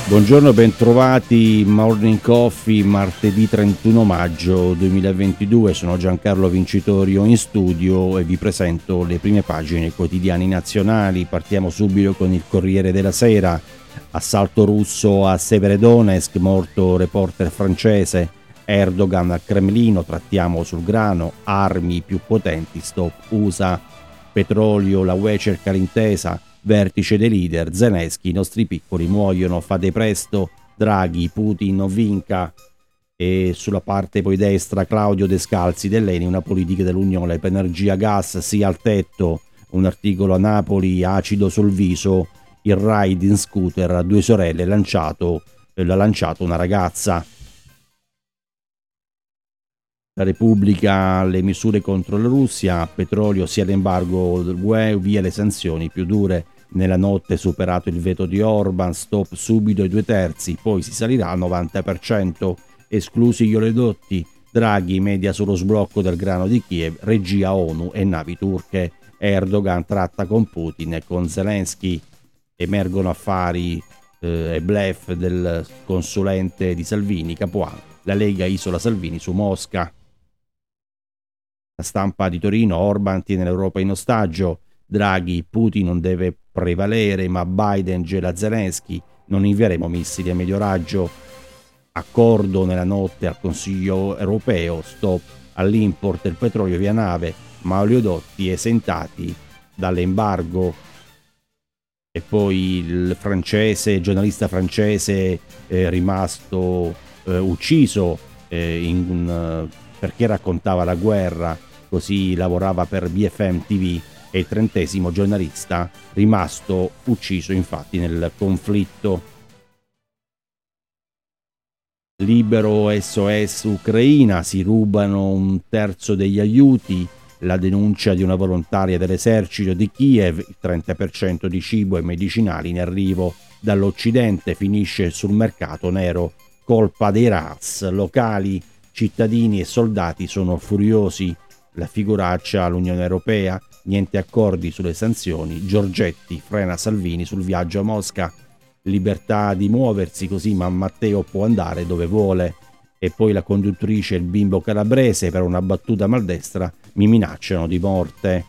Buongiorno, bentrovati, Morning Coffee, martedì 31 maggio 2022, sono Giancarlo Vincitorio in studio e vi presento le prime pagine dei quotidiani nazionali. Partiamo subito con il Corriere della Sera, assalto russo a Severodonetsk, morto reporter francese, Erdogan al Cremlino, trattiamo sul grano, armi più potenti, stop USA, petrolio, la UE cerca l'intesa, vertice dei leader, Zelensky, i nostri piccoli muoiono, fate presto, Draghi, Putin non vinca. E sulla parte poi destra Claudio Descalzi dell'Eni, una politica dell'Unione per energia gas sia al tetto, un articolo a Napoli, acido sul viso, il raid in scooter a due sorelle l'ha lanciato una ragazza. La Repubblica, le misure contro la Russia, petrolio sia l'embargo UE, via le sanzioni più dure. Nella notte superato il veto di Orban, stop subito ai 2/3, poi si salirà al 90%, esclusi gli oleodotti, Draghi media sullo sblocco del grano di Kiev, regia ONU e navi turche, Erdogan tratta con Putin e con Zelensky, emergono affari e bluff del consulente di Salvini, Capuano, la Lega isola Salvini su Mosca. La Stampa di Torino, Orban tiene l'Europa in ostaggio, Draghi, Putin non deve prevalere, ma Biden gela Zelensky, non invieremo missili a medio raggio, accordo nella notte al Consiglio europeo, stop all'import del petrolio via nave, ma oleodotti esentati dall'embargo. E poi il giornalista francese rimasto ucciso perché raccontava la guerra, così lavorava per BFM TV, e il 30° giornalista rimasto ucciso infatti nel conflitto. Libero SOS Ucraina, si rubano un terzo degli aiuti, la denuncia di una volontaria dell'esercito di Kiev, il 30% di cibo e medicinali in arrivo dall'Occidente finisce sul mercato nero, colpa dei Ras locali, cittadini e soldati sono furiosi, la figuraccia all'Unione Europea, niente accordi sulle sanzioni, Giorgetti frena Salvini sul viaggio a Mosca, libertà di muoversi così ma Matteo può andare dove vuole. E poi la conduttrice e il bimbo calabrese per una battuta maldestra mi minacciano di morte.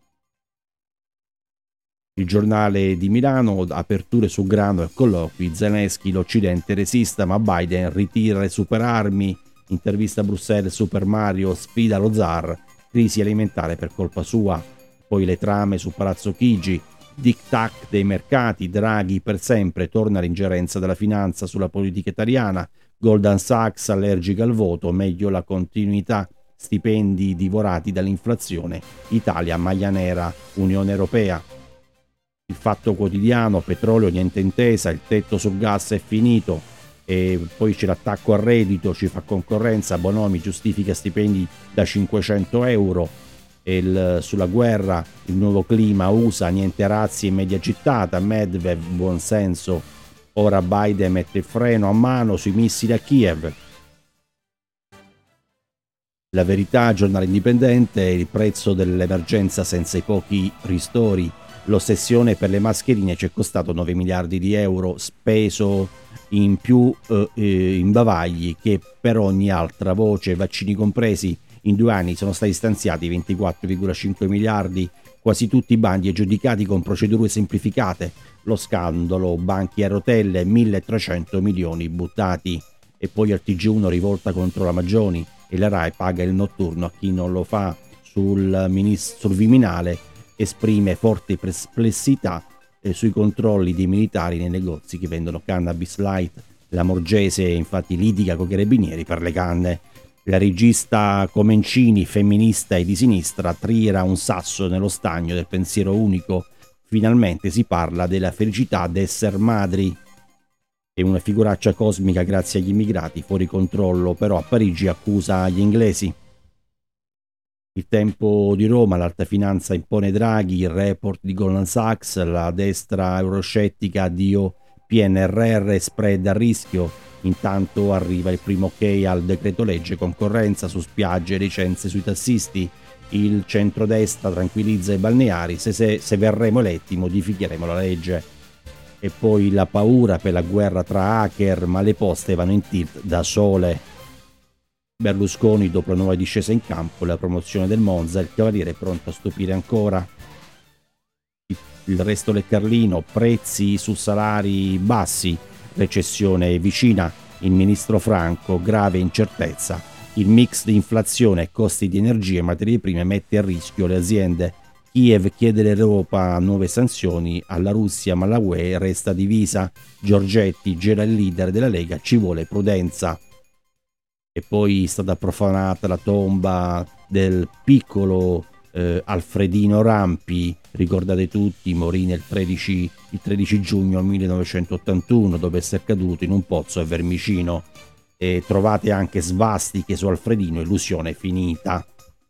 Il Giornale di Milano, aperture su grano e colloqui, Zelensky l'Occidente resista ma Biden ritira le superarmi, intervista a Bruxelles, Super Mario sfida lo zar, crisi alimentare per colpa sua, poi le trame su Palazzo Chigi, tic-tac dei mercati, Draghi per sempre, torna l'ingerenza della finanza sulla politica italiana, Goldman Sachs allergica al voto, meglio la continuità, stipendi divorati dall'inflazione, Italia maglia nera, Unione Europea. Il Fatto Quotidiano, petrolio niente intesa, il tetto sul gas è finito, e poi c'è l'attacco al reddito, ci fa concorrenza, Bonomi giustifica stipendi da 500 euro, e sulla guerra, il nuovo clima, USA, niente razzi in media gittata, Medvedev, buonsenso, ora Biden mette il freno a mano sui missili a Kiev. La Verità, giornale indipendente, il prezzo dell'emergenza senza i pochi ristori, l'ossessione per le mascherine ci è costato 9 miliardi di euro, speso in più in bavagli che per ogni altra voce, vaccini compresi, in 2 anni sono stati stanziati 24,5 miliardi, quasi tutti i bandi aggiudicati con procedure semplificate, lo scandalo banchi a rotelle, 1.300 milioni buttati. E poi al TG1 rivolta contro la Maggioni e la RAI paga il notturno a chi non lo fa, sul Viminale esprime forte perplessità sui controlli dei militari nei negozi che vendono cannabis light. La Morgese infatti litiga con i carabinieri per le canne. La regista Comencini, femminista e di sinistra, trira un sasso nello stagno del pensiero unico. Finalmente si parla della felicità d'esser madri. E una figuraccia cosmica grazie agli immigrati, fuori controllo, però a Parigi accusa gli inglesi. Il Tempo di Roma, l'alta finanza impone Draghi, il report di Goldman Sachs, la destra euroscettica addio PNRR, spread a rischio. Intanto arriva il primo ok al decreto legge concorrenza su spiagge e licenze sui tassisti. Il centrodestra tranquillizza i balneari, se verremo eletti modificheremo la legge. e poi la paura per la guerra tra hacker, ma le poste vanno in tilt da sole. Berlusconi dopo la nuova discesa in campo, la promozione del Monza, il Cavaliere è pronto a stupire ancora. Il resto del Carlino, prezzi su salari bassi, recessione vicina, il ministro Franco, grave incertezza, il mix di inflazione e costi di energia e materie prime mette a rischio le aziende. Kiev chiede all'Europa nuove sanzioni alla Russia, ma la UE resta divisa. Giorgetti gela il leader della Lega, ci vuole prudenza. E poi è stata profanata la tomba del piccolo Alfredino Rampi, ricordate tutti, morì il 13 giugno 1981 dopo essere caduto in un pozzo a Vermicino. E trovate anche svastiche su Alfredino, illusione finita.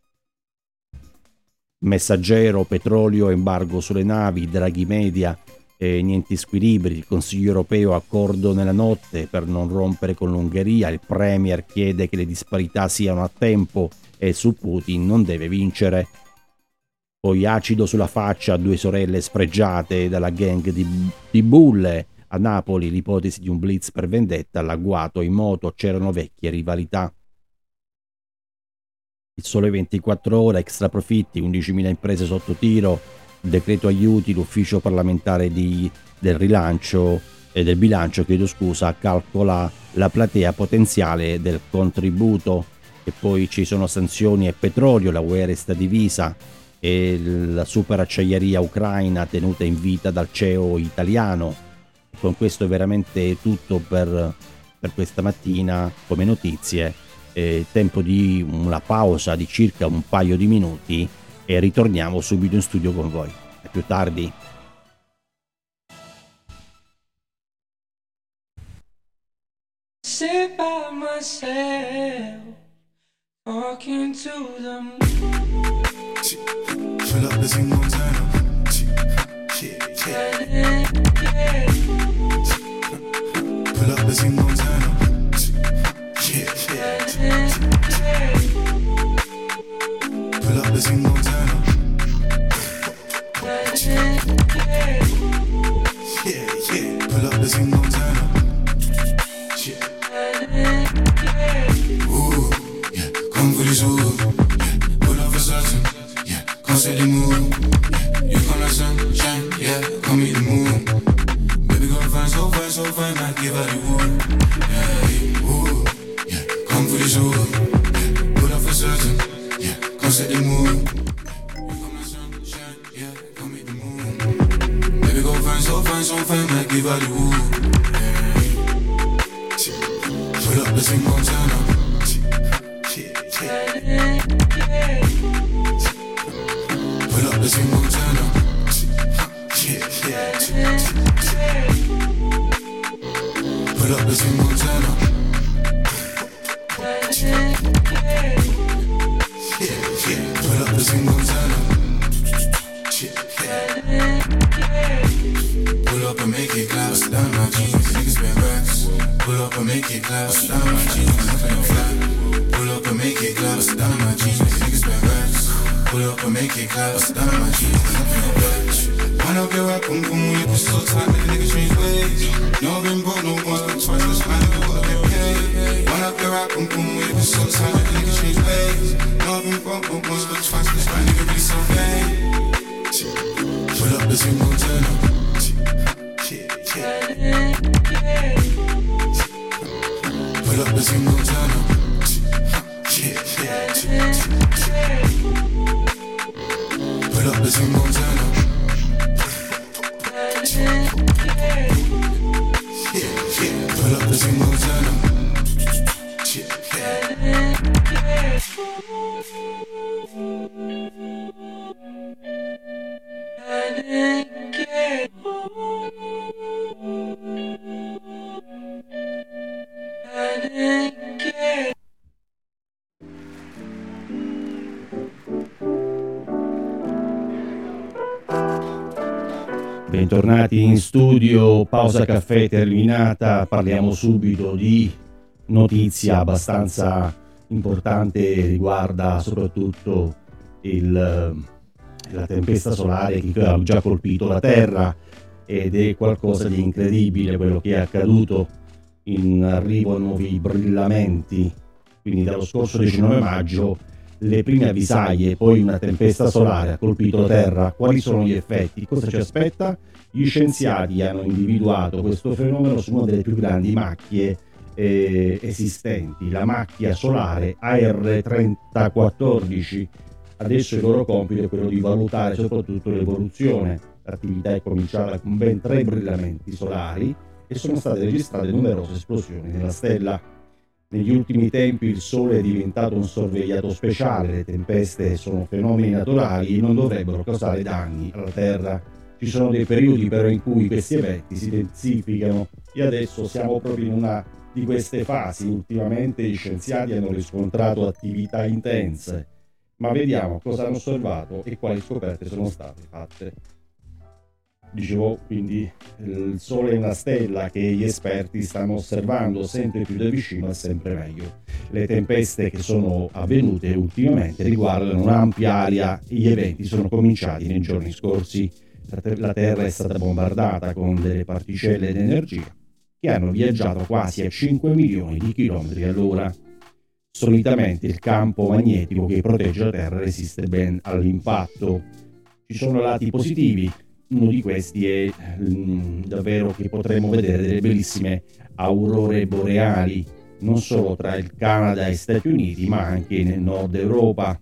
Messaggero, petrolio, embargo sulle navi, Draghi media, niente squilibri, il Consiglio europeo accordo nella notte per non rompere con l'Ungheria, il Premier chiede che le disparità siano a tempo e su Putin non deve vincere. Poi acido sulla faccia a due sorelle sfregiate dalla gang di bulle. A Napoli l'ipotesi di un blitz per vendetta, all'agguato in moto c'erano vecchie rivalità. Il Sole 24 ore, extra profitti, 11.000 imprese sotto tiro, il decreto aiuti, l'ufficio parlamentare del rilancio e del bilancio, calcola la platea potenziale del contributo. E poi ci sono sanzioni e petrolio, la UE resta divisa e la super acciaieria ucraina tenuta in vita dal CEO italiano. E con questo è veramente tutto per questa mattina come notizie. Tempo di una pausa di circa un paio di minuti e ritorniamo subito in studio con voi. A più tardi. Sit by myself, talking to the moon. Fill up the single time. Pull up the single time. Pull up the single time. Pull up the single time. Ooh, yeah, come for this ooh, yeah, pull up for certain, yeah, come say the move, yeah, you come like sunshine, yeah, come meet the moon. Baby girl fine, so fine, I give her the wood, yeah, ooh, yeah, come for this ooh, yeah, pull up for certain, yeah, come say the move. You come like sunshine, yeah, come meet the moon. Baby girl fine, so fine, I give her the wood. Pull up the single turn up. Pull up the single turn up. Pull up the single turn up. Pull up the single turn up. Pull up and make it clap. Bust down my jeans, niggas spend racks. Pull up and make it clap. Bust down my jeans, nothing on flat. Pull up and make it clap. Bust down my jeans, niggas spend racks. Pull up and make it clap. Bust down my jeans, nothing on flat. Wind up your rap, boom boom, when you push so tight, make a nigga change ways. No been broke, no once but twice, that's why nigga gotta get paid. Wind up your rap, boom boom, when you push so tight, make a nigga change ways. No been broke, no once but twice, that's why nigga be so paid. Pull up the single turn up. Pull up the single turn up. Pull up the single turn up. Pull up the single turn up. Bentornati in studio, pausa caffè terminata, parliamo subito di notizia abbastanza importante, riguarda soprattutto la tempesta solare che ha già colpito la Terra. ed è qualcosa di incredibile quello che è accaduto in arrivo a nuovi brillamenti. Quindi dallo scorso 19 maggio le prime avvisaglie, poi una tempesta solare ha colpito la Terra. Quali sono gli effetti? Cosa ci aspetta? Gli scienziati hanno individuato questo fenomeno su una delle più grandi macchie esistenti, la macchia solare AR3014. Adesso il loro compito è quello di valutare soprattutto l'evoluzione. L'attività è cominciata con ben 3 brillamenti solari e sono state registrate numerose esplosioni nella stella. Negli ultimi tempi il Sole è diventato un sorvegliato speciale, le tempeste sono fenomeni naturali e non dovrebbero causare danni alla Terra. Ci sono dei periodi però in cui questi eventi si intensificano e adesso siamo proprio in una di queste fasi. Ultimamente gli scienziati hanno riscontrato attività intense, ma vediamo cosa hanno osservato e quali scoperte sono state fatte. Dicevo, quindi il Sole è una stella che gli esperti stanno osservando sempre più da vicino e sempre meglio. Le tempeste che sono avvenute ultimamente riguardano un'ampia area e gli eventi sono cominciati nei giorni scorsi. La Terra è stata bombardata con delle particelle di energia che hanno viaggiato quasi a 5 milioni di chilometri all'ora. Solitamente il campo magnetico che protegge la Terra resiste ben all'impatto. Ci sono lati positivi. Uno di questi è davvero che potremo vedere delle bellissime aurore boreali, non solo tra il Canada e gli Stati Uniti, ma anche nel nord Europa.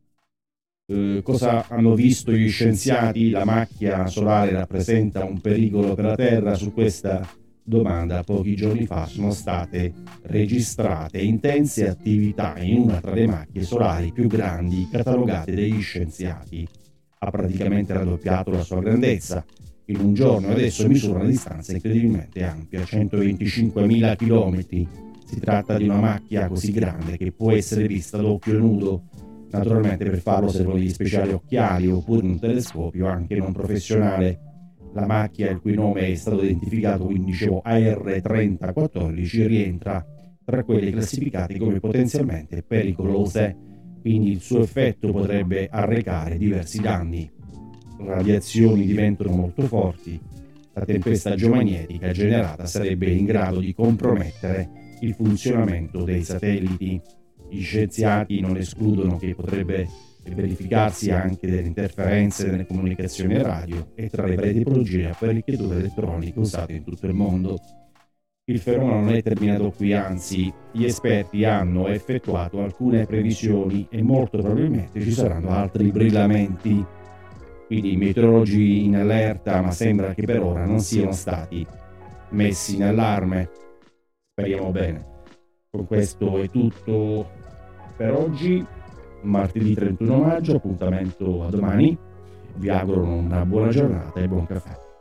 Cosa hanno visto gli scienziati? La macchia solare rappresenta un pericolo per la Terra? Su questa domanda pochi giorni fa sono state registrate intense attività in una tra le macchie solari più grandi catalogate dagli scienziati. Ha praticamente raddoppiato la sua grandezza in un giorno e adesso misura una distanza incredibilmente ampia, 125.000 km. Si tratta di una macchia così grande che può essere vista ad occhio nudo. Naturalmente per farlo servono degli speciali occhiali oppure un telescopio anche non professionale. La macchia, il cui nome è stato identificato, quindi dicevo AR3014, rientra tra quelle classificate come potenzialmente pericolose. Quindi il suo effetto potrebbe arrecare diversi danni. Radiazioni diventano molto forti, la tempesta geomagnetica generata sarebbe in grado di compromettere il funzionamento dei satelliti. Gli scienziati non escludono che potrebbe verificarsi anche delle interferenze nelle comunicazioni radio e tra le varie tipologie di apparecchiature elettroniche usate in tutto il mondo. Il fenomeno non è terminato qui, anzi, gli esperti hanno effettuato alcune previsioni e molto probabilmente ci saranno altri brillamenti. Quindi i meteorologi in allerta, ma sembra che per ora non siano stati messi in allarme. Speriamo bene. Con questo è tutto per oggi, martedì 31 maggio, appuntamento a domani. Vi auguro una buona giornata e buon caffè.